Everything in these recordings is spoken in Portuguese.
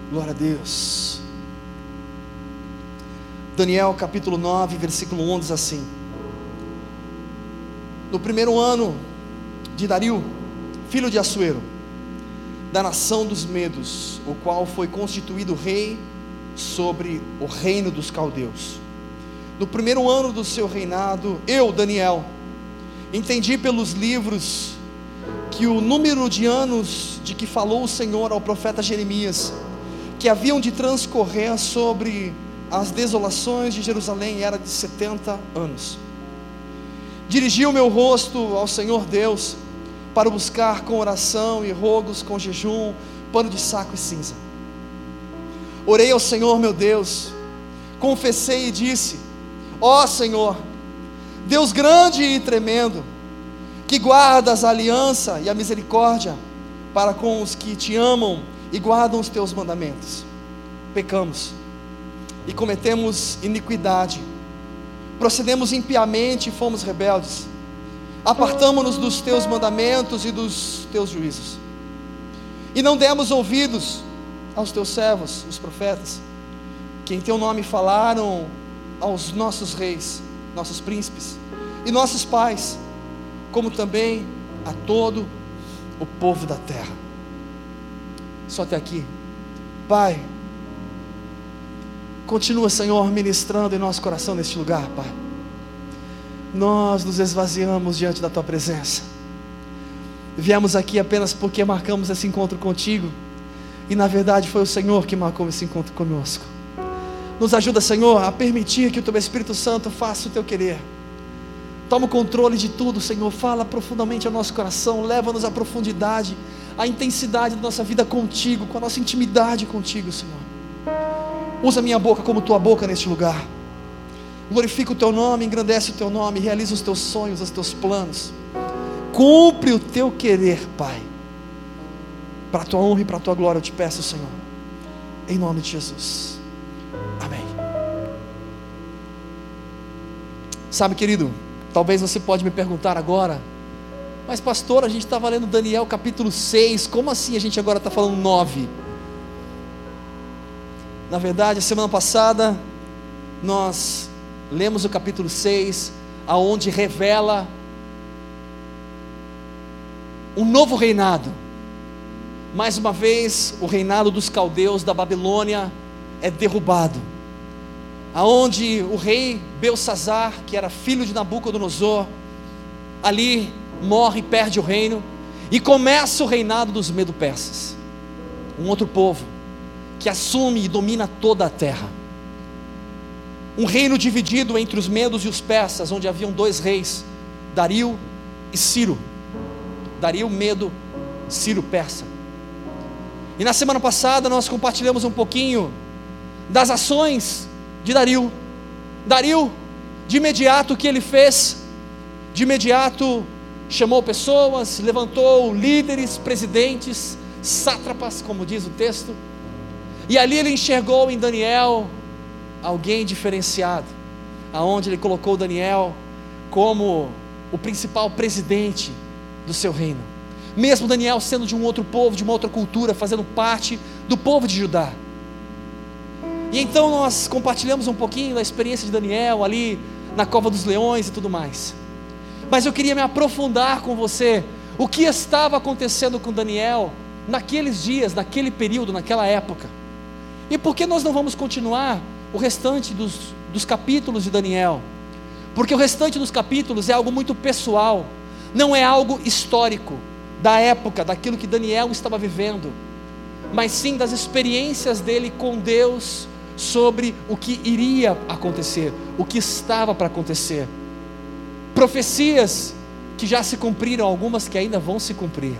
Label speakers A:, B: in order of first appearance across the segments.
A: Glória a Deus. Daniel capítulo 9, versículo 11 diz assim: no primeiro ano de Dario, filho de Assuero, da nação dos Medos, o qual foi constituído rei sobre o reino dos caldeus, no primeiro ano do seu reinado, eu, Daniel, entendi pelos livros que o número de anos de que falou o Senhor ao profeta Jeremias, que haviam de transcorrer sobre as desolações de Jerusalém, era de 70 anos. Dirigi o meu rosto ao Senhor Deus, para buscar com oração e rogos, com jejum, pano de saco e cinza. Orei ao Senhor meu Deus, confessei e disse: ó Senhor, Deus grande e tremendo, que guardas a aliança e a misericórdia para com os que te amam e guardam os teus mandamentos. Pecamos e cometemos iniquidade, procedemos impiamente e fomos rebeldes, apartamo-nos dos teus mandamentos e dos teus juízos, e não demos ouvidos aos teus servos, os profetas, que em teu nome falaram aos nossos reis, nossos príncipes e nossos pais, como também a todo o povo da terra. Só até aqui. Pai, continua, Senhor, ministrando em nosso coração neste lugar, Pai. Nós nos esvaziamos diante da Tua presença. Viemos aqui apenas porque marcamos esse encontro contigo, e na verdade foi o Senhor que marcou esse encontro conosco. Nos ajuda, Senhor, a permitir que o Teu Espírito Santo faça o Teu querer. Toma o controle de tudo, Senhor. Fala profundamente ao nosso coração, leva-nos à profundidade, à intensidade da nossa vida contigo, com a nossa intimidade contigo, Senhor. Usa minha boca como Tua boca neste lugar. Glorifica o Teu nome, engrandece o Teu nome, realiza os Teus sonhos, os Teus planos. Cumpre o Teu querer, Pai. Para a Tua honra e para a Tua glória eu te peço, Senhor, em nome de Jesus. Amém. Sabe, querido, talvez você pode me perguntar agora: mas pastor, a gente estava lendo Daniel capítulo 6, como assim a gente agora está falando 9? Na verdade, a semana passada nós lemos o capítulo 6, aonde revela um novo reinado. Mais uma vez, o reinado dos caldeus da Babilônia é derrubado, aonde o rei Belsazar, que era filho de Nabucodonosor, ali morre e perde o reino, e começa o reinado dos Medo-Persas, um outro povo que assume e domina toda a terra. Um reino dividido entre os Medos e os Persas, onde haviam dois reis, Dario e Ciro. Dario, Medo, Ciro, Persa. E na semana passada nós compartilhamos um pouquinho das ações de Dario. Dario, de imediato o que ele fez? De imediato chamou pessoas, levantou líderes, presidentes, sátrapas, como diz o texto, e ali ele enxergou em Daniel alguém diferenciado, aonde ele colocou Daniel como o principal presidente do seu reino, mesmo Daniel sendo de um outro povo, de uma outra cultura, fazendo parte do povo de Judá. E então nós compartilhamos um pouquinho da experiência de Daniel ali na cova dos leões e tudo mais, mas eu queria me aprofundar com você, o que estava acontecendo com Daniel naqueles dias, naquele período, naquela época. E por que nós não vamos continuar o restante dos capítulos de Daniel? Porque o restante dos capítulos é algo muito pessoal, não é algo histórico, da época, daquilo que Daniel estava vivendo, mas sim das experiências dele com Deus, sobre o que iria acontecer, o que estava para acontecer, profecias que já se cumpriram, algumas que ainda vão se cumprir.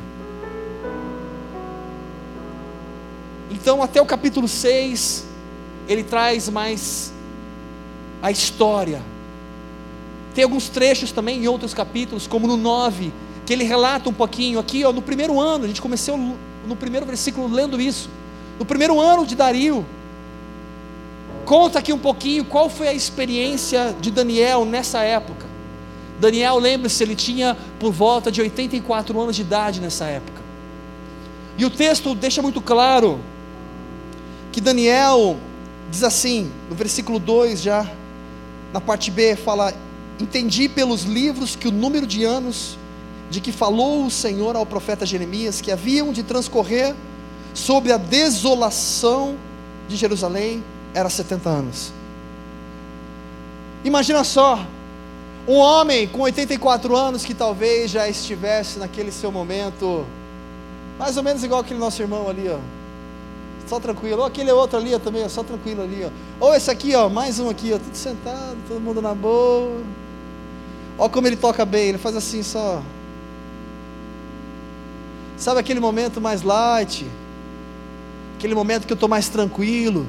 A: Então até o capítulo 6, ele traz mais a história. Tem alguns trechos também em outros capítulos, como no 9, que ele relata um pouquinho, aqui no primeiro ano, a gente começou no primeiro versículo lendo isso, no primeiro ano de Dario, conta aqui um pouquinho qual foi a experiência de Daniel nessa época. Daniel, lembre-se, ele tinha por volta de 84 anos de idade nessa época, e o texto deixa muito claro que Daniel diz assim, no versículo 2 já, na parte B, fala: entendi pelos livros que o número de anos de que falou o Senhor ao profeta Jeremias, que haviam de transcorrer sobre a desolação de Jerusalém, era 70 anos. Imagina só, um homem com 84 anos, que talvez já estivesse naquele seu momento, mais ou menos igual aquele nosso irmão ali, ó, só tranquilo, ou aquele outro ali, ó, também, ó, só tranquilo ali, ó, ou esse aqui, ó, mais um aqui, ó, tudo sentado, todo mundo na boa. Olha como ele toca bem, ele faz assim só. Sabe aquele momento mais light, aquele momento que eu estou mais tranquilo.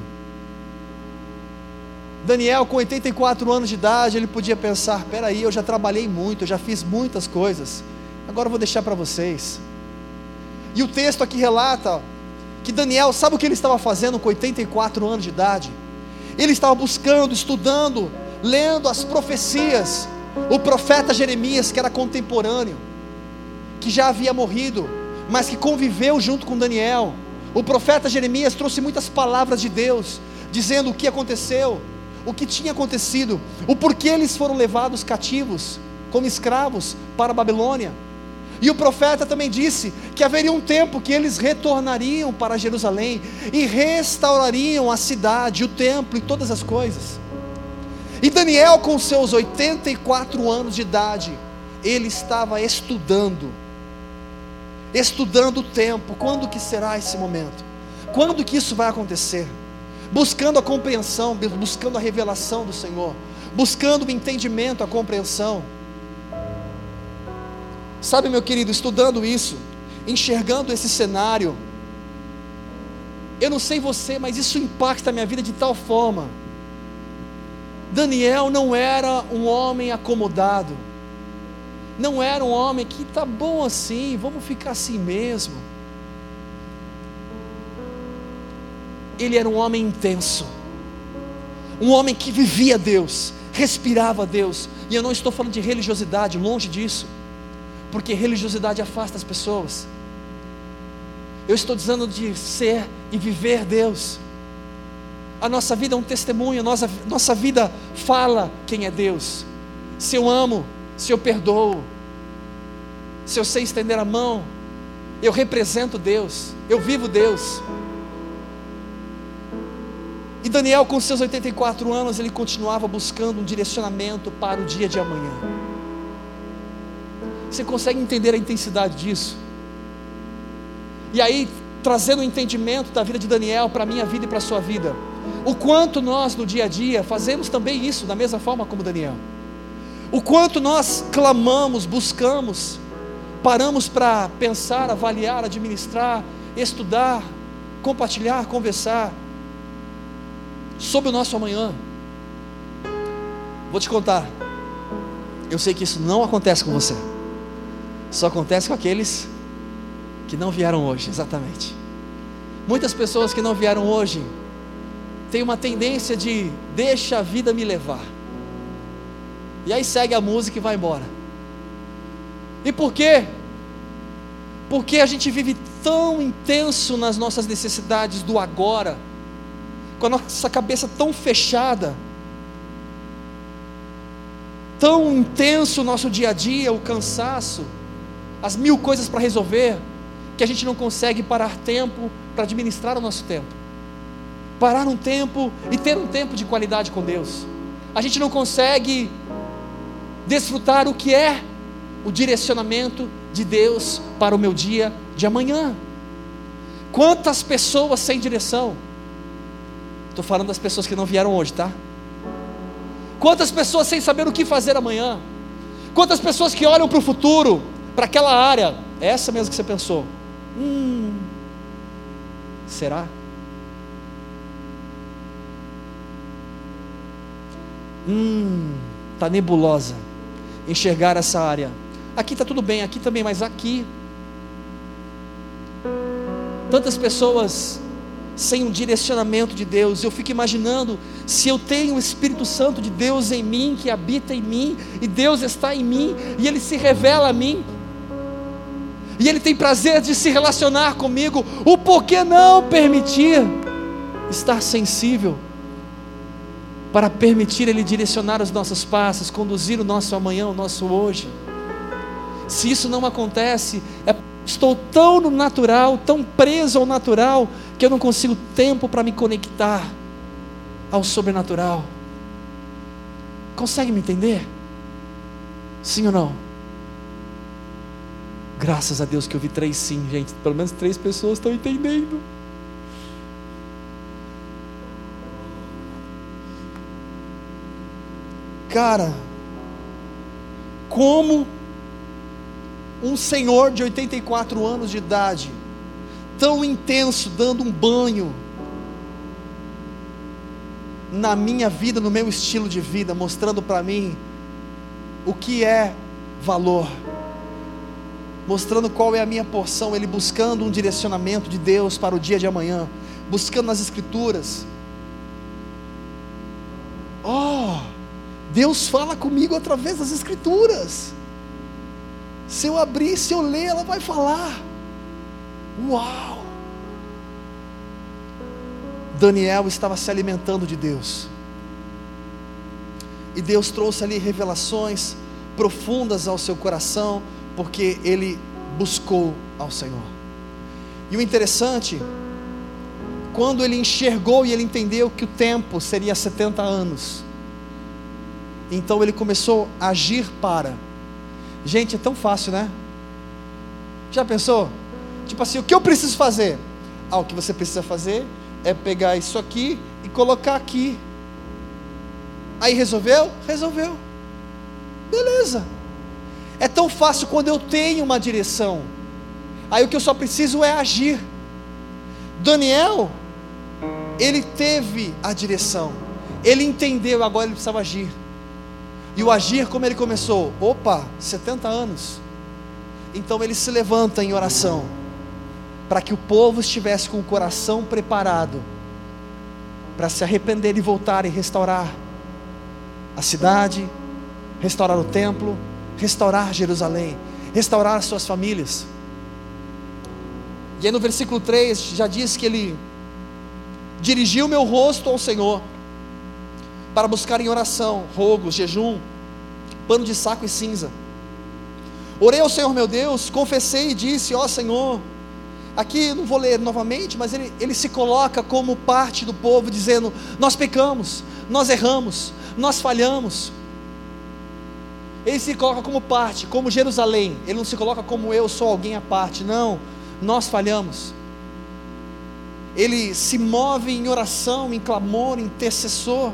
A: Daniel, com 84 anos de idade, ele podia pensar: peraí, eu já trabalhei muito, eu já fiz muitas coisas, agora eu vou deixar para vocês. E o texto aqui relata que Daniel, sabe o que ele estava fazendo com 84 anos de idade? Ele estava buscando, estudando, lendo as profecias. O profeta Jeremias, que era contemporâneo, que já havia morrido, mas que conviveu junto com Daniel. O profeta Jeremias trouxe muitas palavras de Deus, dizendo o que aconteceu, o que tinha acontecido, o porquê eles foram levados cativos, como escravos, para a Babilônia. E o profeta também disse que haveria um tempo que eles retornariam para Jerusalém, e restaurariam a cidade, o templo e todas as coisas. E Daniel, com seus 84 anos de idade, ele estava estudando o tempo, quando que será esse momento, quando que isso vai acontecer, buscando a compreensão, buscando a revelação do Senhor, buscando o entendimento, a compreensão. Sabe, meu querido, estudando isso, enxergando esse cenário, eu não sei você, mas isso impacta a minha vida de tal forma. Daniel não era um homem acomodado, não era um homem que está bom assim, vamos ficar assim mesmo. Ele era um homem intenso, um homem que vivia Deus, respirava Deus. E eu não estou falando de religiosidade, longe disso, porque religiosidade afasta as pessoas. Eu estou dizendo de ser e viver Deus. A nossa vida é um testemunho, nossa vida fala quem é Deus. Se eu amo, se eu perdoo, se eu sei estender a mão, eu represento Deus, eu vivo Deus. E Daniel, com seus 84 anos, ele continuava buscando um direcionamento para o dia de amanhã. Você consegue entender a intensidade disso? E aí, trazendo o entendimento da vida de Daniel para a minha vida e para a sua vida, o quanto nós no dia a dia fazemos também isso, da mesma forma como Daniel. O quanto nós clamamos, buscamos, paramos para pensar, avaliar, administrar, estudar, compartilhar, conversar sobre o nosso amanhã. Vou te contar, eu sei que isso não acontece com você, só acontece com aqueles que não vieram hoje, exatamente. Muitas pessoas que não vieram hoje têm uma tendência de: deixa a vida me levar, e aí segue a música e vai embora. E por quê? Porque a gente vive tão intenso nas nossas necessidades do agora, com a nossa cabeça tão fechada, tão intenso o nosso dia a dia, o cansaço, as mil coisas para resolver, que a gente não consegue parar tempo para administrar o nosso tempo, parar um tempo e ter um tempo de qualidade com Deus. A gente não consegue desfrutar o que é o direcionamento de Deus para o meu dia de amanhã. Quantas pessoas sem direção? Estou falando das pessoas que não vieram hoje, tá? Quantas pessoas sem saber o que fazer amanhã? Quantas pessoas que olham para o futuro, para aquela área, é essa mesmo que você pensou? Será? Está nebulosa enxergar essa área. Aqui está tudo bem, aqui também, mas aqui, tantas pessoas sem um direcionamento de Deus. Eu fico imaginando, se eu tenho o Espírito Santo de Deus em mim, que habita em mim, e Deus está em mim, e Ele se revela a mim, e Ele tem prazer de se relacionar comigo, o porquê não permitir estar sensível para permitir Ele direcionar os nossos passos, conduzir o nosso amanhã, o nosso hoje. Se isso não acontece, estou tão no natural, tão preso ao natural, que eu não consigo tempo para me conectar ao sobrenatural. Consegue me entender? Sim ou não? Graças a Deus que eu vi 3 sim, gente. Pelo menos 3 pessoas estão entendendo. Cara, como um senhor de 84 anos de idade, tão intenso, dando um banho na minha vida, no meu estilo de vida, mostrando para mim o que é valor, mostrando qual é a minha porção, ele buscando um direcionamento de Deus para o dia de amanhã, buscando nas Escrituras. Deus fala comigo através das Escrituras. Se eu abrir, se eu ler, ela vai falar. Uau! Daniel estava se alimentando de Deus, e Deus trouxe ali revelações profundas ao seu coração, porque ele buscou ao Senhor. E o interessante, quando ele enxergou e ele entendeu que o tempo seria 70 anos, então ele começou a agir para. Gente, é tão fácil, né? Já pensou? Tipo assim, o que eu preciso fazer? O que você precisa fazer é pegar isso aqui e colocar aqui. Aí resolveu? Resolveu. Beleza. É tão fácil quando eu tenho uma direção. Aí o que eu só preciso é agir. Daniel, ele teve a direção, ele entendeu, agora ele precisava agir. E o agir, como ele começou? 70 anos. Então ele se levanta em oração, para que o povo estivesse com o coração preparado para se arrepender e voltar e restaurar a cidade, restaurar o templo, restaurar Jerusalém, restaurar suas famílias. E aí no versículo 3 já diz que ele dirigiu meu rosto ao Senhor, para buscar em oração, rogos, jejum, pano de saco e cinza. Orei ao Senhor meu Deus, confessei e disse: ó Senhor. Aqui não vou ler novamente, mas ele se coloca como parte do povo, dizendo: nós pecamos, nós erramos, nós falhamos. Ele se coloca como parte, como Jerusalém. Ele não se coloca como eu sou alguém à parte. Não, nós falhamos. Ele se move em oração, em clamor, em intercessor,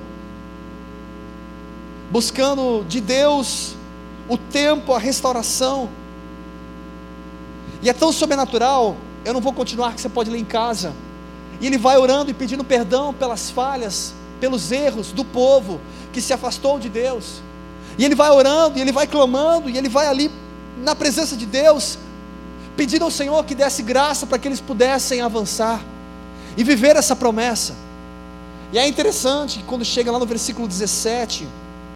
A: buscando de Deus o tempo, a restauração. E é tão sobrenatural, eu não vou continuar, que você pode ler em casa. E ele vai orando e pedindo perdão pelas falhas, pelos erros do povo que se afastou de Deus. E ele vai orando, e ele vai clamando, e ele vai ali na presença de Deus, pedindo ao Senhor que desse graça para que eles pudessem avançar e viver essa promessa. E é interessante que quando chega lá no versículo 17,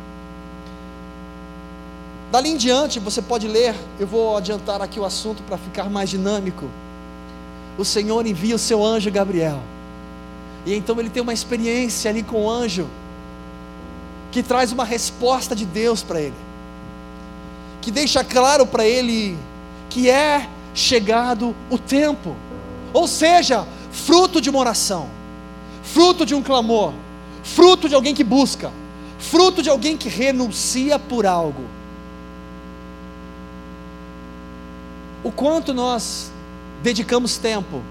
A: dali em diante você pode ler, eu vou adiantar aqui o assunto para ficar mais dinâmico. O Senhor envia o seu anjo Gabriel, e então ele tem uma experiência ali com o anjo, que traz uma resposta de Deus para ele, que deixa claro para ele que é chegado o tempo, ou seja, fruto de uma oração, fruto de um clamor, fruto de alguém que busca, fruto de alguém que renuncia por algo. O quanto nós dedicamos tempo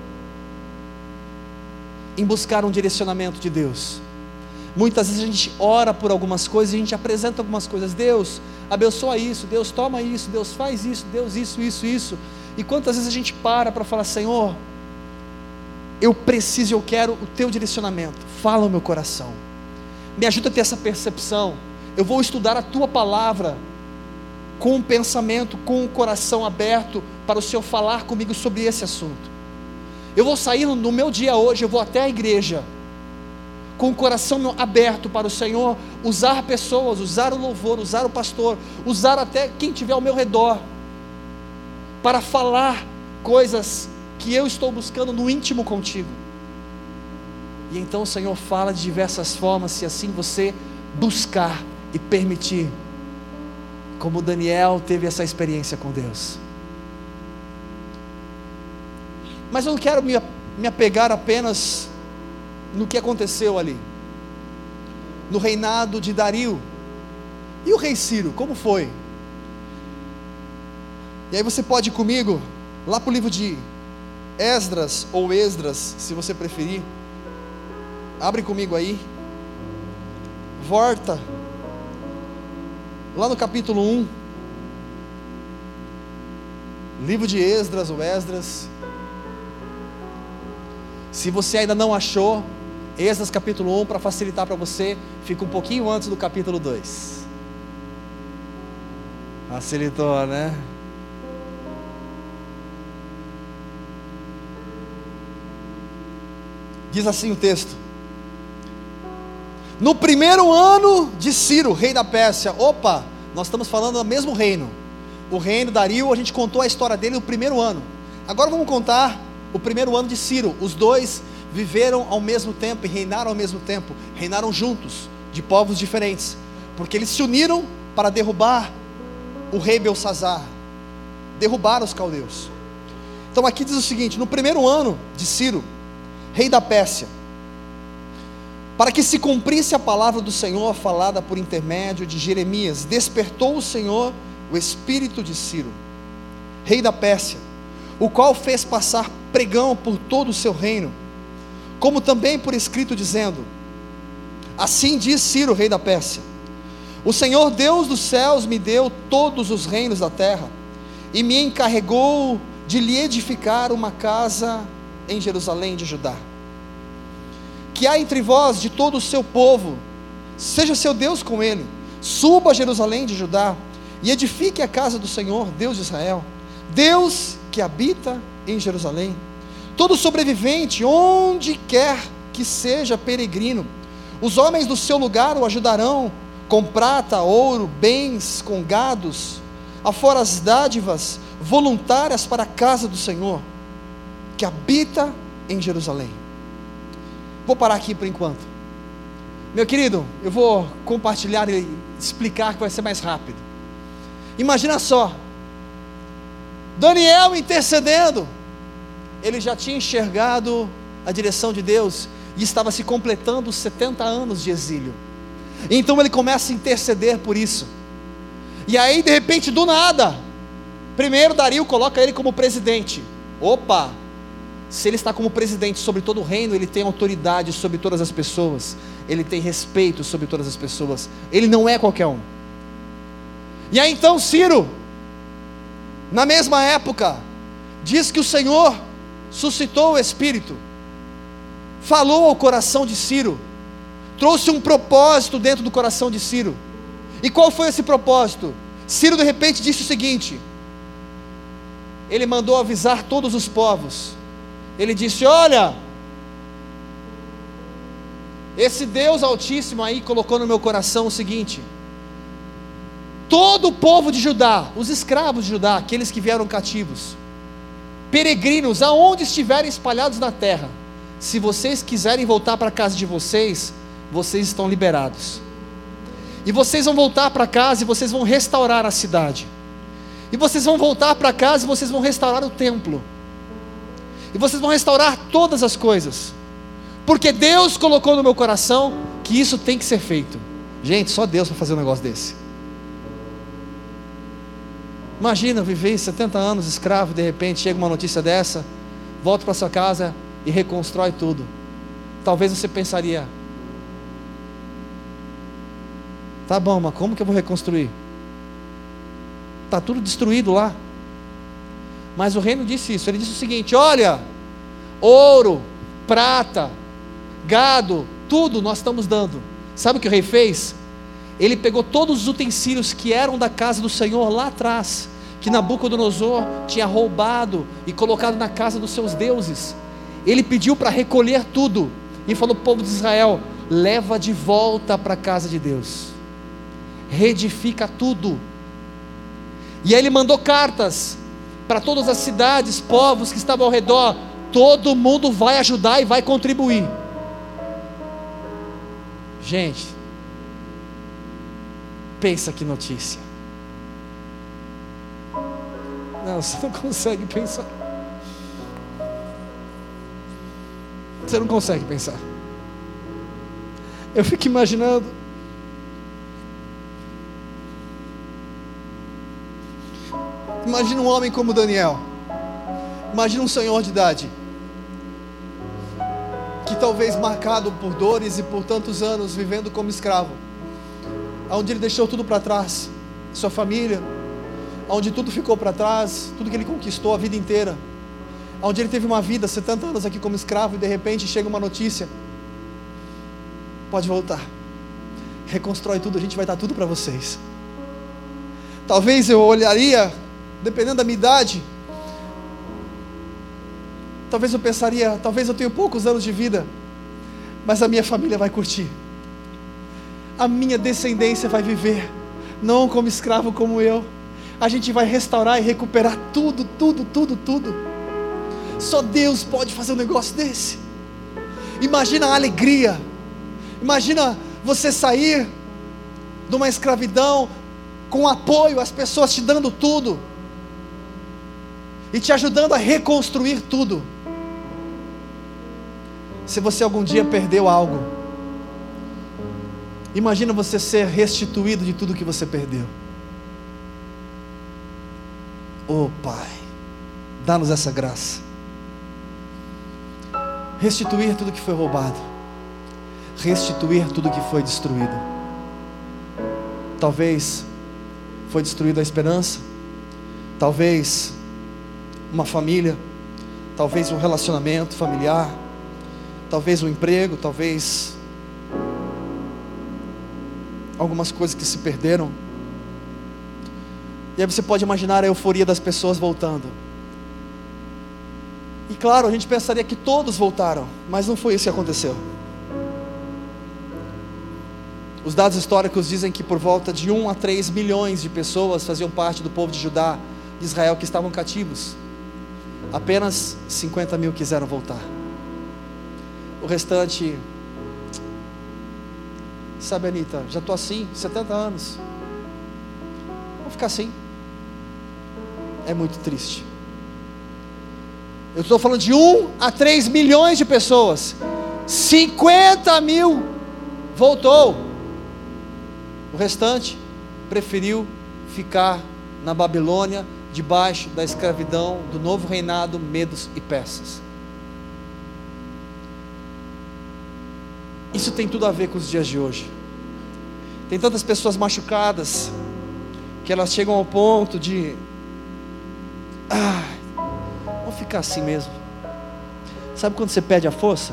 A: em buscar um direcionamento de Deus? Muitas vezes a gente ora por algumas coisas, a gente apresenta algumas coisas: Deus abençoa isso, Deus toma isso, Deus faz isso, Deus isso. E quantas vezes a gente para falar: Senhor, eu preciso, eu quero o teu direcionamento, fala ao meu coração, me ajuda a ter essa percepção. Eu vou estudar a tua palavra com um pensamento, com o coração aberto para o Senhor falar comigo sobre esse assunto. Eu vou sair no meu dia hoje, eu vou até a igreja com o coração aberto para o Senhor usar pessoas, usar o louvor, usar o pastor, usar até quem estiver ao meu redor, para falar coisas que eu estou buscando no íntimo contigo. E então o Senhor fala de diversas formas, se assim você buscar e permitir, como Daniel teve essa experiência com Deus. Mas eu não quero me apegar apenas no que aconteceu ali, no reinado de Dario. E o rei Ciro, como foi? E aí você pode ir comigo lá para o livro de Esdras, ou Esdras, se você preferir. Abre comigo aí. Volta lá no capítulo 1. Livro de Esdras ou Esdras. Se você ainda não achou, Esdras capítulo 1, para facilitar para você, fica um pouquinho antes do capítulo 2. Facilitou, né? Diz assim o texto: no primeiro ano de Ciro, rei da Pérsia. Opa, nós estamos falando do mesmo reino. O reino Dario, a gente contou a história dele no primeiro ano. Agora vamos contar o primeiro ano de Ciro. Os dois viveram ao mesmo tempo e reinaram ao mesmo tempo. Reinaram juntos, de povos diferentes, porque eles se uniram para derrubar o rei Belsazar, derrubar os caldeus. Então aqui diz o seguinte: no primeiro ano de Ciro, rei da Pérsia, para que se cumprisse a palavra do Senhor falada por intermédio de Jeremias, despertou o Senhor o espírito de Ciro, rei da Pérsia, o qual fez passar pregão por todo o seu reino, como também por escrito, dizendo: assim diz Ciro, rei da Pérsia: o Senhor Deus dos céus me deu todos os reinos da terra, e me encarregou de lhe edificar uma casa em Jerusalém de Judá. Que há entre vós de todo o seu povo, seja seu Deus com ele, suba a Jerusalém de Judá, e edifique a casa do Senhor, Deus de Israel, Deus que habita em Jerusalém. Todo sobrevivente, onde quer que seja peregrino, os homens do seu lugar o ajudarão, com prata, ouro, bens, com gados, afora as dádivas voluntárias para a casa do Senhor, que habita em Jerusalém. Vou parar aqui por enquanto. Meu querido, eu vou compartilhar e explicar que vai ser mais rápido. Imagina só, Daniel intercedendo, ele já tinha enxergado a direção de Deus, e estava se completando os 70 anos de exílio. Então ele começa a interceder por isso. E aí de repente, do nada, primeiro Dario coloca ele como presidente. Opa, se ele está como presidente sobre todo o reino, ele tem autoridade sobre todas as pessoas, ele tem respeito sobre todas as pessoas, ele não é qualquer um. E aí então Ciro, na mesma época, diz que o Senhor suscitou o Espírito, falou ao coração de Ciro, trouxe um propósito dentro do coração de Ciro. E qual foi esse propósito? Ciro de repente disse o seguinte, ele mandou avisar todos os povos, ele disse: olha, esse Deus Altíssimo aí colocou no meu coração o seguinte: todo o povo de Judá, os escravos de Judá, aqueles que vieram cativos, peregrinos, aonde estiverem espalhados na terra, se vocês quiserem voltar para a casa de vocês, vocês estão liberados, e vocês vão voltar para casa e vocês vão restaurar a cidade, e vocês vão voltar para casa e vocês vão restaurar o templo, e vocês vão restaurar todas as coisas, porque Deus colocou no meu coração que isso tem que ser feito. Gente, só Deus para fazer um negócio desse. Imagina viver 70 anos escravo, de repente chega uma notícia dessa, volta para sua casa e reconstrói tudo. Talvez você pensaria: tá bom, mas como que eu vou reconstruir? Está tudo destruído lá. Mas o reino disse isso, ele disse o seguinte: olha, ouro, prata, gado, tudo nós estamos dando. Sabe o que o rei fez? Ele pegou todos os utensílios que eram da casa do Senhor lá atrás, que Nabucodonosor tinha roubado e colocado na casa dos seus deuses. Ele pediu para recolher tudo e falou para o povo de Israel: leva de volta para a casa de Deus, reedifica tudo. E aí ele mandou cartas para todas as cidades, povos que estavam ao redor: todo mundo vai ajudar e vai contribuir. Gente, pensa que notícia. Não, você não consegue pensar. Você não consegue pensar. Eu fico imaginando. Imagina um homem como Daniel. Imagina um senhor de idade, que talvez marcado por dores e por tantos anos vivendo como escravo, onde ele deixou tudo para trás, sua família, onde tudo ficou para trás, tudo que ele conquistou a vida inteira, onde ele teve uma vida, 70 anos aqui como escravo, e de repente chega uma notícia: pode voltar, reconstrói tudo, a gente vai dar tudo para vocês. Talvez eu olharia, dependendo da minha idade, talvez eu pensaria, talvez eu tenha poucos anos de vida, mas a minha família vai curtir, a minha descendência vai viver, não como escravo como eu. A gente vai restaurar e recuperar tudo, tudo, tudo, tudo. Só Deus pode fazer um negócio desse. Imagina a alegria. Imagina você sair de uma escravidão com apoio, as pessoas te dando tudo e te ajudando a reconstruir tudo. Se você algum dia perdeu algo, imagina você ser restituído de tudo que você perdeu. Oh Pai, dá-nos essa graça. Restituir tudo que foi roubado, restituir tudo que foi destruído. Talvez foi destruída a esperança, talvez uma família, talvez um relacionamento familiar, talvez um emprego, talvez algumas coisas que se perderam. E aí você pode imaginar a euforia das pessoas voltando. E claro, a gente pensaria que todos voltaram, mas não foi isso que aconteceu. Os dados históricos dizem que por volta de 1 a 3 milhões de pessoas faziam parte do povo de Judá, de Israel, que estavam cativos. Apenas 50 mil quiseram voltar. O restante, sabe, Anitta, já estou assim, 70 anos, vou ficar assim. É muito triste. Eu estou falando de 1 a 3 milhões de pessoas. 50 mil voltou. O restante preferiu ficar na Babilônia, debaixo da escravidão do novo reinado Medos e Persas. Isso tem tudo a ver com os dias de hoje. Tem tantas pessoas machucadas que elas chegam ao ponto de vou ficar assim mesmo. Sabe quando você perde a força?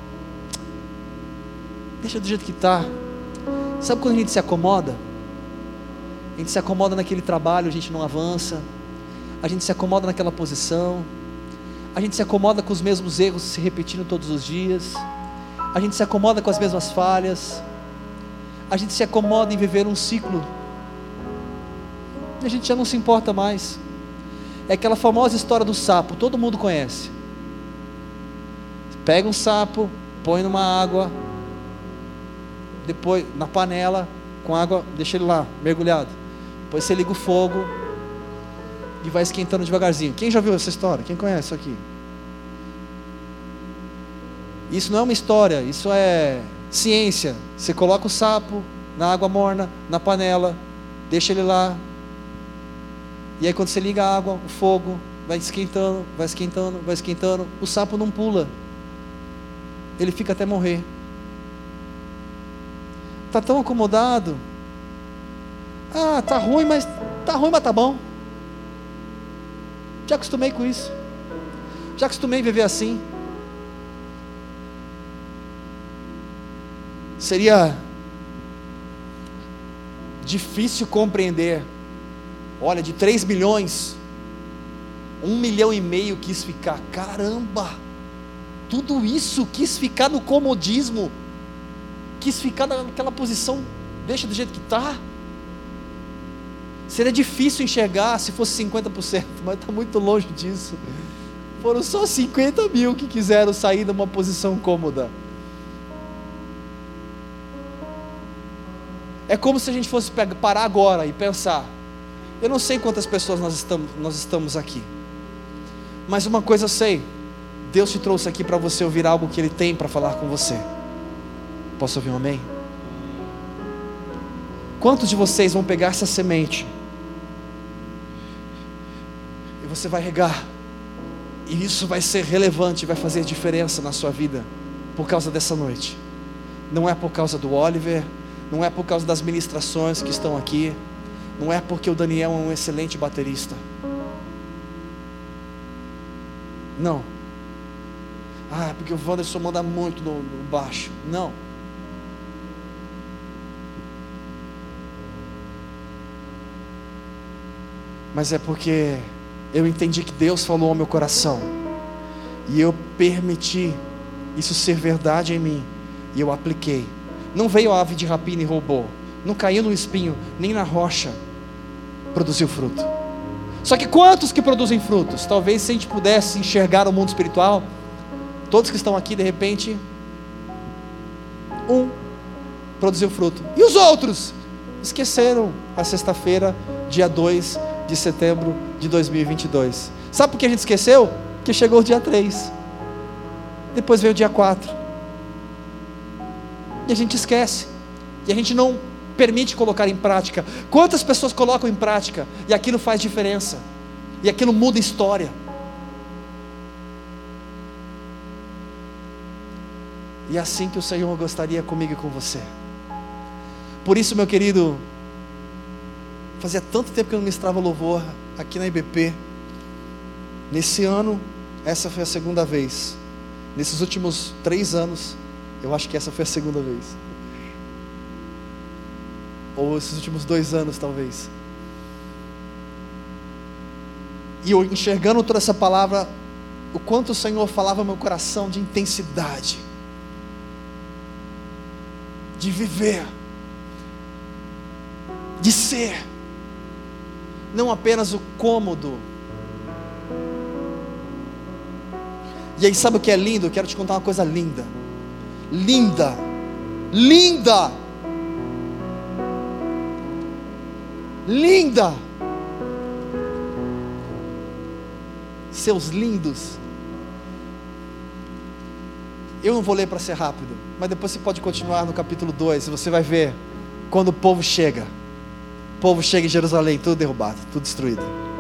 A: Deixa do jeito que está. Sabe quando a gente se acomoda? A gente se acomoda naquele trabalho, a gente não avança. A gente se acomoda naquela posição. A gente se acomoda com os mesmos erros se repetindo todos os dias. A gente se acomoda com as mesmas falhas. A gente se acomoda em viver um ciclo. E a gente já não se importa mais. É aquela famosa história do sapo, todo mundo conhece. Pega um sapo, põe numa água, depois na panela, com água, deixa ele lá, mergulhado. Depois você liga o fogo e vai esquentando devagarzinho. Quem já viu essa história? Quem conhece isso aqui? Isso não é uma história, isso é ciência. Você coloca o sapo na água morna, na panela, deixa ele lá. E aí quando você liga a água, o fogo vai esquentando, vai esquentando, vai esquentando. O sapo não pula. Ele fica até morrer. Está tão acomodado. Tá ruim, mas tá bom. Já acostumei com isso. Já acostumei a viver assim. Seria difícil compreender. Olha, de 3 milhões, 1,5 milhão quis ficar. Caramba! Tudo isso quis ficar no comodismo, quis ficar naquela posição, deixa do jeito que está. Seria difícil enxergar se fosse 50%, mas está muito longe disso. Foram só 50 mil que quiseram sair de uma posição cômoda. É como se a gente fosse parar agora e pensar, eu não sei quantas pessoas nós estamos aqui, mas uma coisa eu sei, Deus te trouxe aqui para você ouvir algo que Ele tem para falar com você. Posso ouvir um amém? Quantos de vocês vão pegar essa semente e você vai regar, e isso vai ser relevante, vai fazer diferença na sua vida, por causa dessa noite? Não é por causa do Oliver, não é por causa das ministrações que estão aqui, não é porque o Daniel é um excelente baterista, não. Ah, porque o Wanderson manda muito no baixo, não. Mas é porque eu entendi que Deus falou ao meu coração, e eu permiti isso ser verdade em mim, e eu apliquei. Não veio a ave de rapina e roubou, não caiu no espinho, nem na rocha, produziu fruto. Só que quantos que produzem frutos? Talvez se a gente pudesse enxergar o mundo espiritual, todos que estão aqui, de repente, um produziu fruto, e os outros esqueceram a sexta-feira, dia 2 de setembro de 2022. Sabe por que a gente esqueceu? Porque chegou o dia 3, depois veio o dia 4, e a gente esquece, e a gente não permite colocar em prática. Quantas pessoas colocam em prática, e aquilo faz diferença, e aquilo muda a história. E é assim que o Senhor gostaria comigo e com você. Por isso, meu querido, fazia tanto tempo que eu não ministrava louvor aqui na IBP. Nesse ano, essa foi a segunda vez. Nesses últimos 3 anos, eu acho que essa foi a segunda vez. Ou esses últimos 2 anos, talvez. E eu enxergando toda essa palavra, o quanto o Senhor falava no meu coração de intensidade, de viver, de ser, não apenas o cômodo. E aí, sabe o que é lindo? Eu quero te contar uma coisa linda, linda, linda, linda. Seus lindos. Eu não vou ler para ser rápido, mas depois você pode continuar no capítulo 2, e você vai ver quando o povo chega. O povo chega em Jerusalém, tudo derrubado, tudo destruído,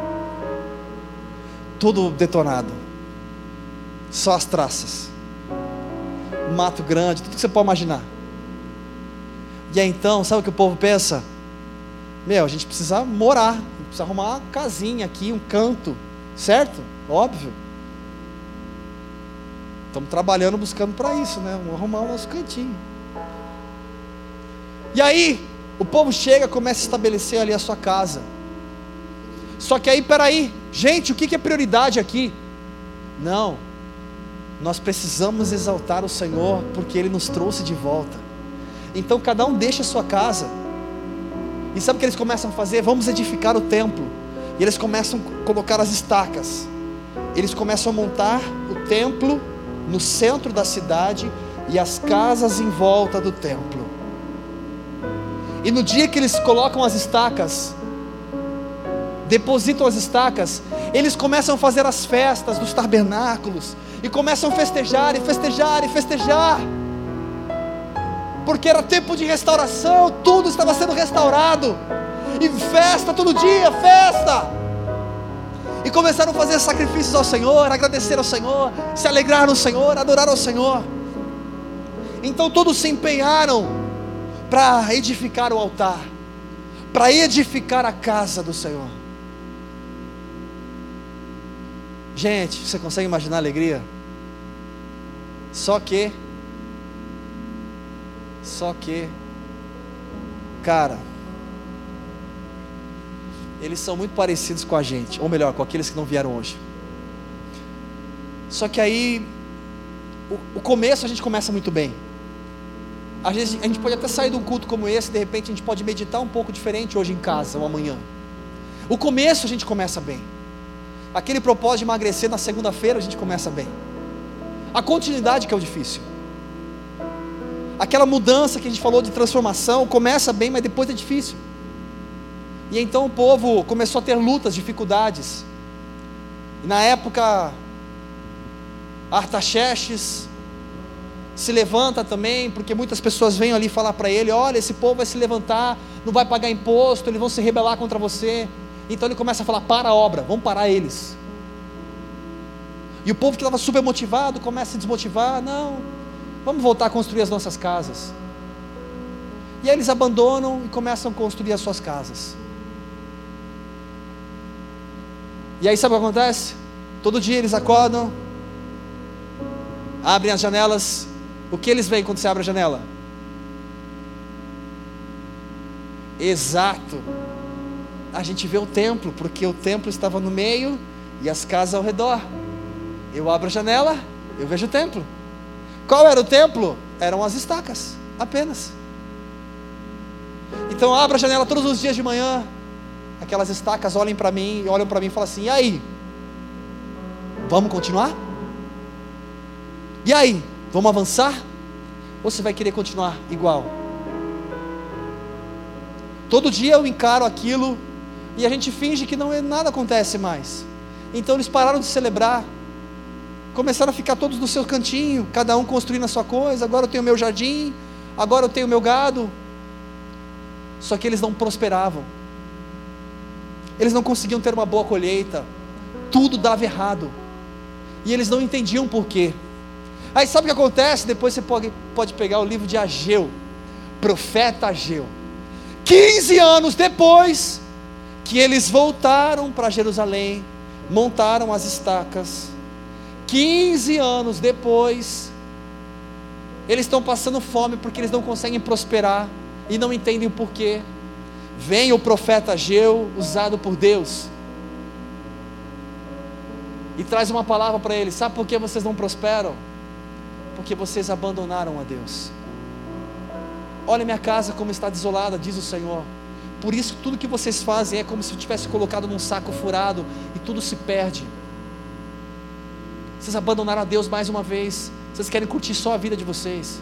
A: tudo detonado, só as traças, mato grande, tudo que você pode imaginar. E aí então, sabe o que o povo pensa? A gente precisa morar, precisa arrumar uma casinha aqui, um canto, certo? Óbvio. Estamos trabalhando, buscando para isso, né? Vamos arrumar o nosso cantinho. E aí, o povo chega, começa a estabelecer ali a sua casa. Só que aí, peraí, gente, o que é prioridade aqui? Não, nós precisamos exaltar o Senhor, porque Ele nos trouxe de volta. Então cada um deixa a sua casa, e sabe o que eles começam a fazer? Vamos edificar o templo. E eles começam a colocar as estacas, eles começam a montar o templo no centro da cidade, e as casas em volta do templo. E no dia que eles colocam as estacas, depositam as estacas, eles começam a fazer as festas dos tabernáculos, e começam a festejar, e festejar, e festejar, porque era tempo de restauração, tudo estava sendo restaurado, e festa todo dia, festa, e começaram a fazer sacrifícios ao Senhor, agradecer ao Senhor, se alegrar no Senhor, adorar ao Senhor. Então todos se empenharam para edificar o altar, para edificar a casa do Senhor. Gente, você consegue imaginar a alegria? Só que, cara, eles são muito parecidos com a gente, ou melhor, com aqueles que não vieram hoje. Só que aí, o começo a gente começa muito bem. Às vezes a gente pode até sair de um culto como esse, de repente a gente pode meditar um pouco diferente hoje em casa, ou amanhã. O começo a gente começa bem. Aquele propósito de emagrecer na segunda-feira a gente começa bem. A continuidade que é o difícil. Aquela mudança que a gente falou de transformação, começa bem, mas depois é difícil. E então o povo começou a ter lutas, dificuldades. E na época, Artaxerxes se levanta também, porque muitas pessoas vêm ali falar para ele: olha, esse povo vai se levantar, não vai pagar imposto, eles vão se rebelar contra você. Então ele começa a falar: para a obra, vamos parar eles. E o povo que estava super motivado começa a se desmotivar: não, vamos voltar a construir as nossas casas. E aí eles abandonam e começam a construir as suas casas. E aí sabe o que acontece? Todo dia eles acordam, abrem as janelas. O que eles veem quando você abre a janela? Exato, a gente vê o templo, porque o templo estava no meio e as casas ao redor. Eu abro a janela, eu vejo o templo. Qual era o templo? Eram as estacas, apenas. Então abro a janela todos os dias de manhã, aquelas estacas olham para mim e falam assim: e aí? Vamos continuar? E aí? Vamos avançar? Ou você vai querer continuar igual? Todo dia eu encaro aquilo e a gente finge que nada acontece mais. Então eles pararam de celebrar, começaram a ficar todos no seu cantinho, cada um construindo a sua coisa. Agora eu tenho o meu jardim, agora eu tenho o meu gado. Só que eles não prosperavam, eles não conseguiam ter uma boa colheita, tudo dava errado, e eles não entendiam por quê. Aí sabe o que acontece? Depois você pode pegar o livro de Ageu, profeta Ageu. 15 anos depois que eles voltaram para Jerusalém, montaram as estacas, 15 anos depois, eles estão passando fome porque eles não conseguem prosperar e não entendem o porquê. Vem o profeta Ageu, usado por Deus, e traz uma palavra para eles: sabe por que vocês não prosperam? Porque vocês abandonaram a Deus. Olha minha casa como está desolada, diz o Senhor. Por isso tudo que vocês fazem é como se eu tivesse colocado num saco furado e tudo se perde. Vocês abandonaram a Deus mais uma vez. Vocês querem curtir só a vida de vocês.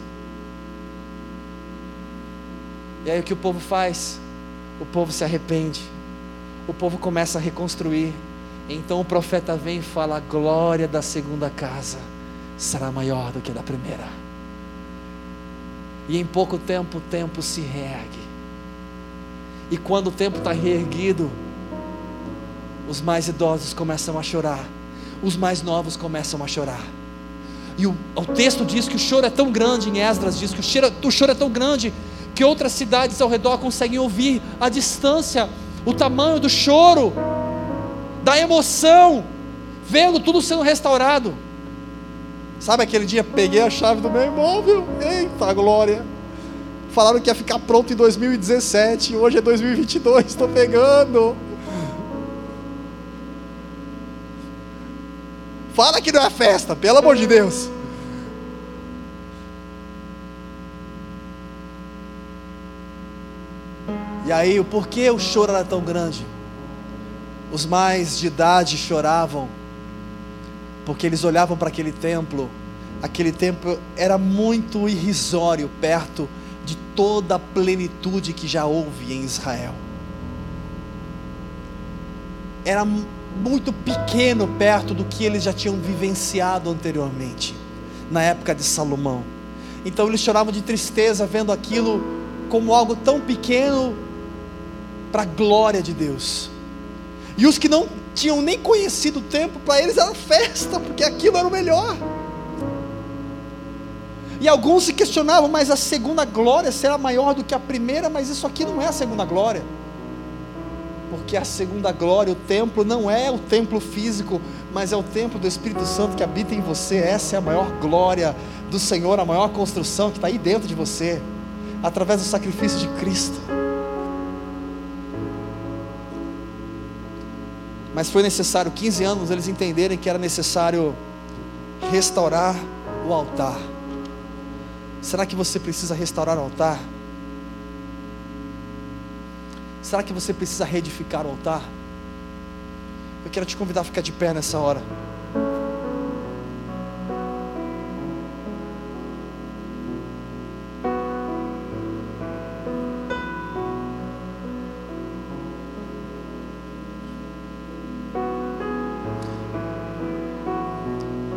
A: E aí o que o povo faz? O povo se arrepende, o povo começa a reconstruir. Então o profeta vem e fala: a glória da segunda casa será maior do que a da primeira. E em pouco tempo o templo se reergue. E quando o templo está reerguido, os mais idosos começam a chorar, os mais novos começam a chorar. E o texto diz que o choro é tão grande, em Esdras diz que o choro é tão grande, que outras cidades ao redor conseguem ouvir à distância o tamanho do choro, da emoção, vendo tudo sendo restaurado. Sabe aquele dia, peguei a chave do meu imóvel, eita glória, falaram que ia ficar pronto em 2017, hoje é 2022, estou pegando. Fala que não é festa, pelo amor de Deus. E aí, o porquê o choro era tão grande? Os mais de idade choravam, porque eles olhavam para aquele templo era muito irrisório, perto de toda a plenitude que já houve em Israel. Era muito pequeno perto do que eles já tinham vivenciado anteriormente, na época de Salomão. Então eles choravam de tristeza, vendo aquilo como algo tão pequeno, para a glória de Deus. E os que não tinham nem conhecido o templo, para eles era festa, porque aquilo era o melhor. E alguns se questionavam: mas a segunda glória será maior do que a primeira? Mas isso aqui não é a segunda glória, porque a segunda glória, o templo, não é o templo físico, mas é o templo do Espírito Santo que habita em você. Essa é a maior glória do Senhor, a maior construção que está aí dentro de você, através do sacrifício de Cristo. Mas foi necessário 15 anos eles entenderem que era necessário restaurar o altar. Será que você precisa restaurar o altar? Será que você precisa reedificar o altar? Eu quero te convidar a ficar de pé nessa hora.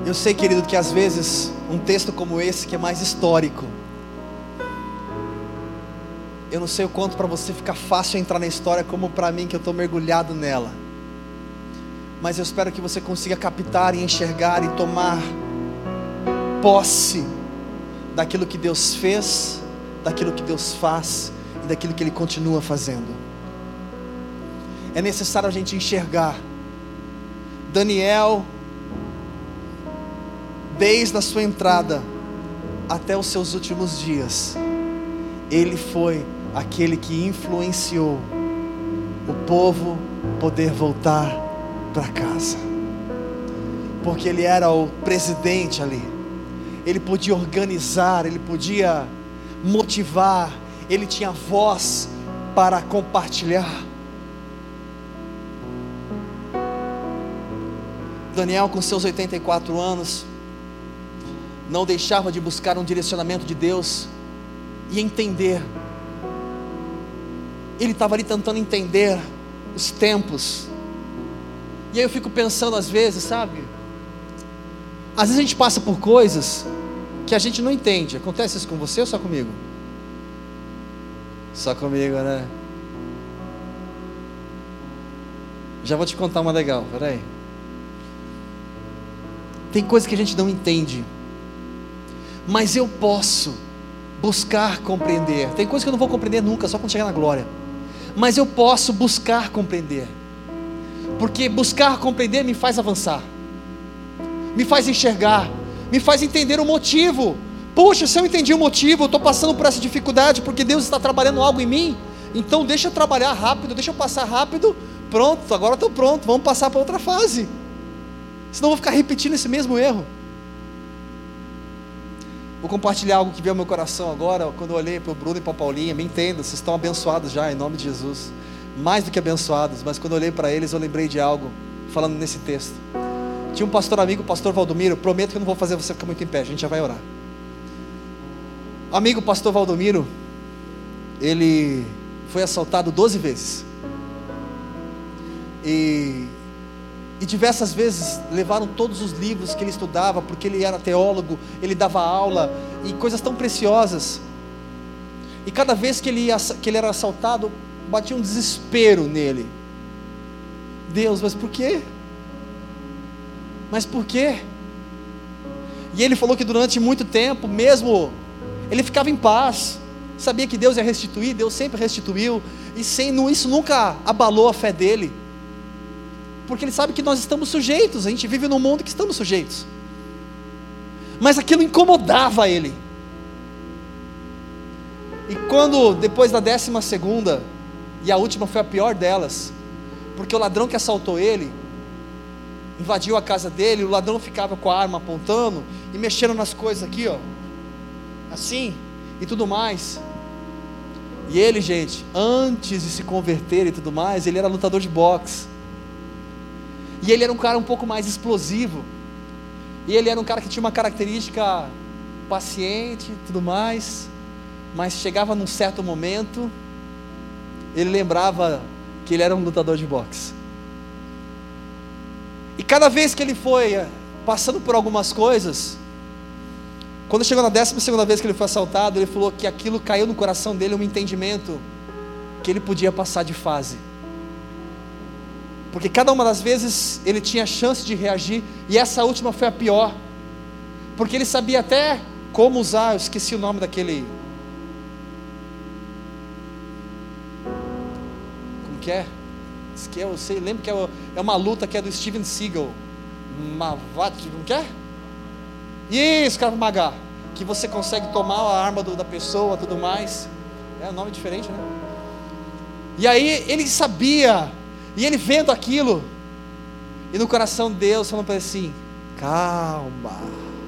A: Eu sei, querido, que às vezes um texto como esse, que é mais histórico, eu não sei o quanto para você fica fácil entrar na história, como para mim, que eu estou mergulhado nela. Mas eu espero que você consiga captar e enxergar e tomar posse daquilo que Deus fez, daquilo que Deus faz e daquilo que Ele continua fazendo. É necessário a gente enxergar Daniel, desde a sua entrada até os seus últimos dias, ele foi aquele que influenciou o povo poder voltar para casa, porque ele era o presidente ali. Ele podia organizar, ele podia motivar, ele tinha voz para compartilhar. Daniel, com seus 84 anos, não deixava de buscar um direcionamento de Deus e entender. Ele estava ali tentando entender os tempos. E aí eu fico pensando às vezes, sabe? Às vezes a gente passa por coisas que a gente não entende. Acontece isso com você ou só comigo? Só comigo, né? Já vou te contar uma legal, peraí. Tem coisas que a gente não entende, mas eu posso buscar compreender. Tem coisas que eu não vou compreender nunca, só quando chegar na glória. Mas eu posso buscar compreender, porque buscar compreender me faz avançar, me faz enxergar, me faz entender o motivo. Puxa, se eu entendi o motivo, eu estou passando por essa dificuldade, porque Deus está trabalhando algo em mim. Então deixa eu trabalhar rápido, deixa eu passar rápido. Pronto, agora estou pronto, vamos passar para outra fase. Senão eu vou ficar repetindo esse mesmo erro. Vou compartilhar algo que veio ao meu coração agora, quando eu olhei para o Bruno e para a Paulinha. Me entenda, vocês estão abençoados já, em nome de Jesus. Mais do que abençoados, mas quando eu olhei para eles, eu lembrei de algo, falando nesse texto. Tinha um pastor amigo, o pastor Valdomiro. Prometo que eu não vou fazer você ficar muito em pé, a gente já vai orar. Amigo pastor Valdomiro, ele foi assaltado 12 vezes. E diversas vezes levaram todos os livros que ele estudava, porque ele era teólogo, ele dava aula, e coisas tão preciosas. E cada vez que ele era assaltado, batia um desespero nele. Deus, mas por quê? Mas por quê? E ele falou que durante muito tempo, mesmo, ele ficava em paz, sabia que Deus ia restituir, Deus sempre restituiu, e isso nunca abalou a fé dele, porque ele sabe que nós estamos sujeitos, a gente vive num mundo que estamos sujeitos, mas aquilo incomodava ele. E quando, depois da 12ª, e a última foi a pior delas, porque o ladrão que assaltou ele, invadiu a casa dele, o ladrão ficava com a arma apontando, e mexendo nas coisas aqui, ó, assim, e tudo mais. E ele, gente, antes de se converter e tudo mais, ele era lutador de boxe, e ele era um cara um pouco mais explosivo, e ele era um cara que tinha uma característica paciente e tudo mais, mas chegava num certo momento, ele lembrava que ele era um lutador de boxe, e cada vez que ele foi passando por algumas coisas, quando chegou na 12ª vez que ele foi assaltado, ele falou que aquilo caiu no coração dele, um entendimento que ele podia passar de fase, porque cada uma das vezes ele tinha chance de reagir, e essa última foi a pior, porque ele sabia até como usar, eu esqueci o nome daquele, como que é? Eu sei, lembro que é uma luta que é do Steven Seagal, Mavat, como que é? Isso, Krav Maga, que você consegue tomar a arma da pessoa, tudo mais, é um nome diferente, né? E aí ele sabia, e ele vendo aquilo, e no coração de Deus falando para ele assim, calma.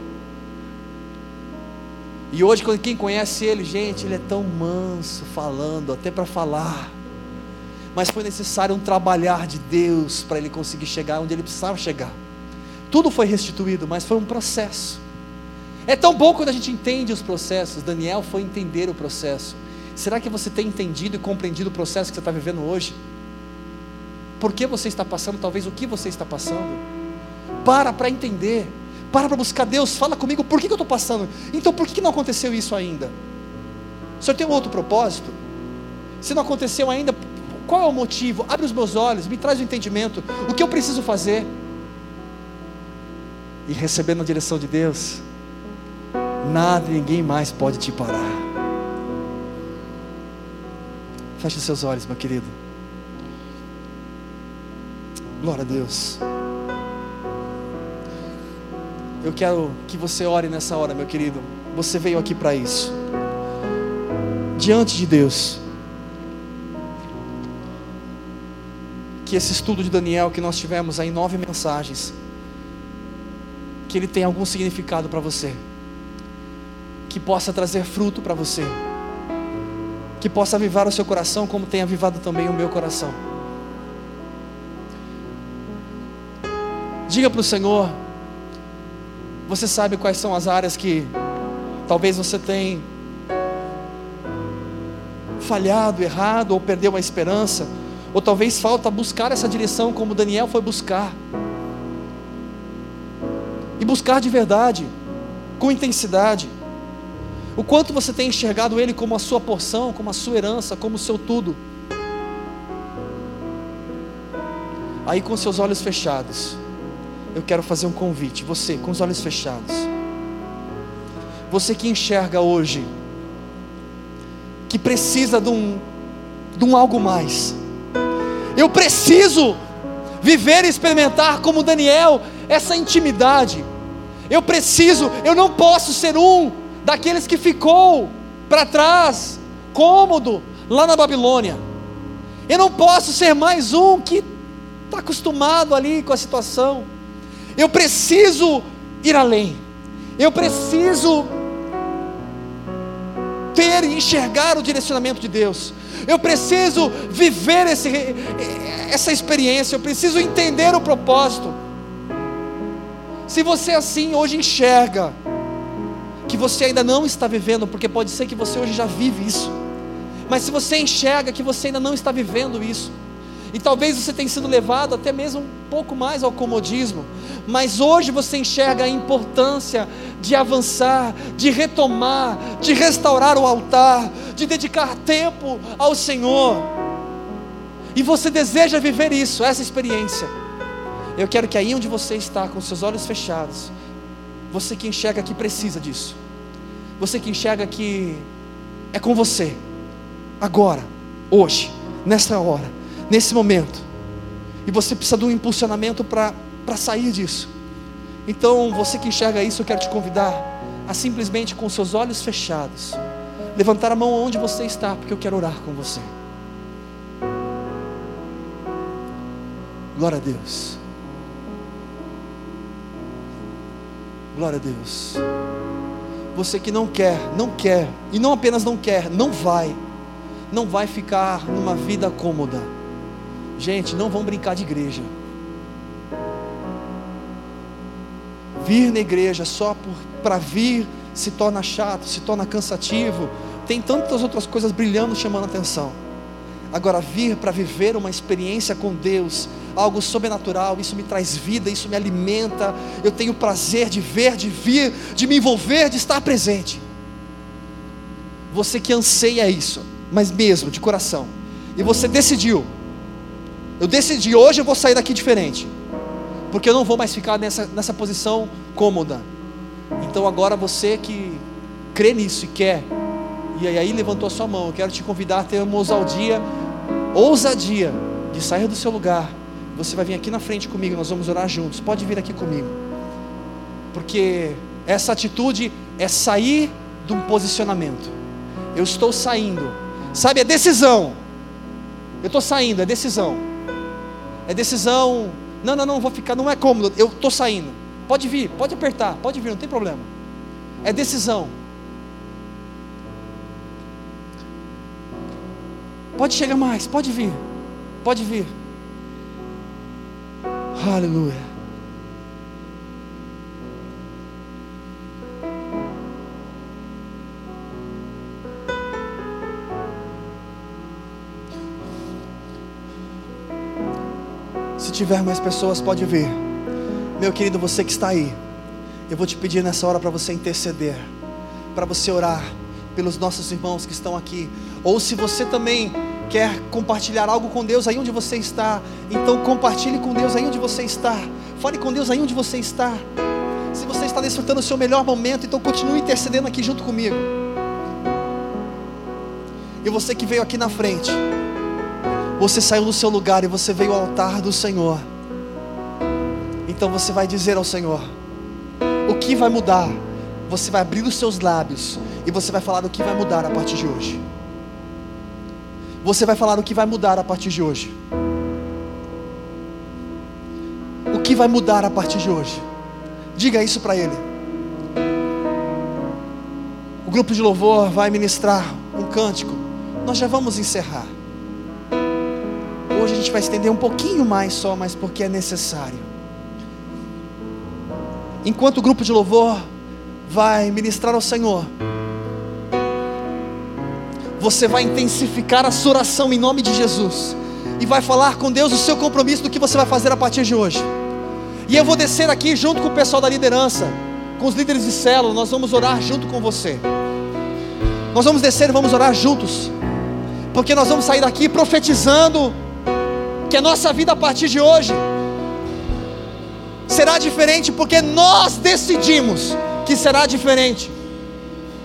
A: E hoje, quem conhece ele, gente, ele é tão manso, falando, até para falar, mas foi necessário um trabalhar de Deus, para ele conseguir chegar onde ele precisava chegar. Tudo foi restituído, mas foi um processo. É tão bom quando a gente entende os processos. Daniel foi entender o processo. Será que você tem entendido e compreendido o processo que você está vivendo hoje? Por que você está passando, talvez o que você está passando? Para entender, Para buscar Deus, fala comigo, por que eu estou passando? Então por que não aconteceu isso ainda? O Senhor tem um outro propósito? Se não aconteceu ainda, qual é o motivo? Abre os meus olhos, me traz o entendimento, o que eu preciso fazer? E recebendo a direção de Deus, nada e ninguém mais pode te parar. Feche os seus olhos, meu querido. Glória a Deus. Eu quero que você ore nessa hora, meu querido. Você veio aqui para isso. Diante de Deus, que esse estudo de Daniel que nós tivemos aí 9 mensagens, que ele tenha algum significado para você, que possa trazer fruto para você, que possa avivar o seu coração como tem avivado também o meu coração. Diga para o Senhor, você sabe quais são as áreas que talvez você tenha falhado, errado, ou perdeu a esperança, ou talvez falta buscar essa direção como Daniel foi buscar, e buscar de verdade, com intensidade. O quanto você tem enxergado Ele como a sua porção, como a sua herança, como o seu tudo. Aí com seus olhos fechados, eu quero fazer um convite. Você com os olhos fechados, você que enxerga hoje, que precisa de um algo mais. Eu preciso viver e experimentar como Daniel, essa intimidade. Eu não posso ser um daqueles que ficou para trás, cômodo, lá na Babilônia. Eu não posso ser mais um que está acostumado ali com a situação. Eu preciso ir além. Eu preciso ter e enxergar o direcionamento de Deus. Eu preciso viver essa experiência. Eu preciso entender o propósito. Se você assim hoje enxerga que você ainda não está vivendo, porque pode ser que você hoje já vive isso, mas se você enxerga que você ainda não está vivendo isso, e talvez você tenha sido levado até mesmo um pouco mais ao comodismo, mas hoje você enxerga a importância de avançar, de retomar, de restaurar o altar, de dedicar tempo ao Senhor, e você deseja viver isso, essa experiência. Eu quero que aí onde você está, com seus olhos fechados, você que enxerga que precisa disso, você que enxerga que é com você, agora, hoje, nessa hora, nesse momento, e você precisa de um impulsionamento para sair disso. Então você que enxerga isso, eu quero te convidar a simplesmente com seus olhos fechados, levantar a mão onde você está, porque eu quero orar com você. Glória a Deus. Glória a Deus. Você que não quer, e não apenas não quer, não vai ficar numa vida cômoda. Gente, não vão brincar de igreja. Vir na igreja só para vir se torna chato, se torna cansativo. Tem tantas outras coisas brilhando, chamando a atenção. Agora, vir para viver uma experiência com Deus, algo sobrenatural, isso me traz vida, isso me alimenta. Eu tenho prazer de ver, de vir, de me envolver, de estar presente. Você que anseia isso, mas mesmo de coração, e você decidiu, eu decidi, hoje eu vou sair daqui diferente, porque eu não vou mais ficar nessa posição cômoda. Então agora você que crê nisso e quer, e aí levantou a sua mão, eu quero te convidar a ter uma ousadia de sair do seu lugar. Você vai vir aqui na frente comigo, nós vamos orar juntos. Pode vir aqui comigo, porque essa atitude é sair de um posicionamento. Eu estou saindo, sabe, é decisão. Eu estou saindo, é decisão. É decisão. Não vou ficar, não é cômodo, eu estou saindo. Pode vir, pode apertar, pode vir, não tem problema. É decisão. Pode chegar mais, pode vir, pode vir. Aleluia. Se tiver mais pessoas, pode vir. Meu querido, você que está aí, Eu vou te pedir nessa hora para você interceder, para você orar pelos nossos irmãos que estão aqui. Ou se você também quer compartilhar algo com Deus aí onde você está, então compartilhe com Deus aí onde você está. Fale com Deus aí onde você está. Se você está desfrutando o seu melhor momento, então continue intercedendo aqui junto comigo. E você que veio aqui na frente, você saiu do seu lugar e você veio ao altar do Senhor. Então você vai dizer ao Senhor o que vai mudar. Você vai abrir os seus lábios e você vai falar o que vai mudar a partir de hoje. Você vai falar o que vai mudar a partir de hoje. O que vai mudar a partir de hoje? Diga isso para Ele. O grupo de louvor vai ministrar um cântico. Nós já vamos encerrar. Hoje a gente vai estender um pouquinho mais só, mas porque é necessário. Enquanto o grupo de louvor vai ministrar ao Senhor, você vai intensificar a sua oração em nome de Jesus, e vai falar com Deus o seu compromisso do que você vai fazer a partir de hoje. E eu vou descer aqui junto com o pessoal da liderança, com os líderes de célula. Nós vamos orar junto com você. Nós vamos descer e vamos orar juntos, porque nós vamos sair daqui profetizando que a nossa vida a partir de hoje será diferente, porque nós decidimos que será diferente.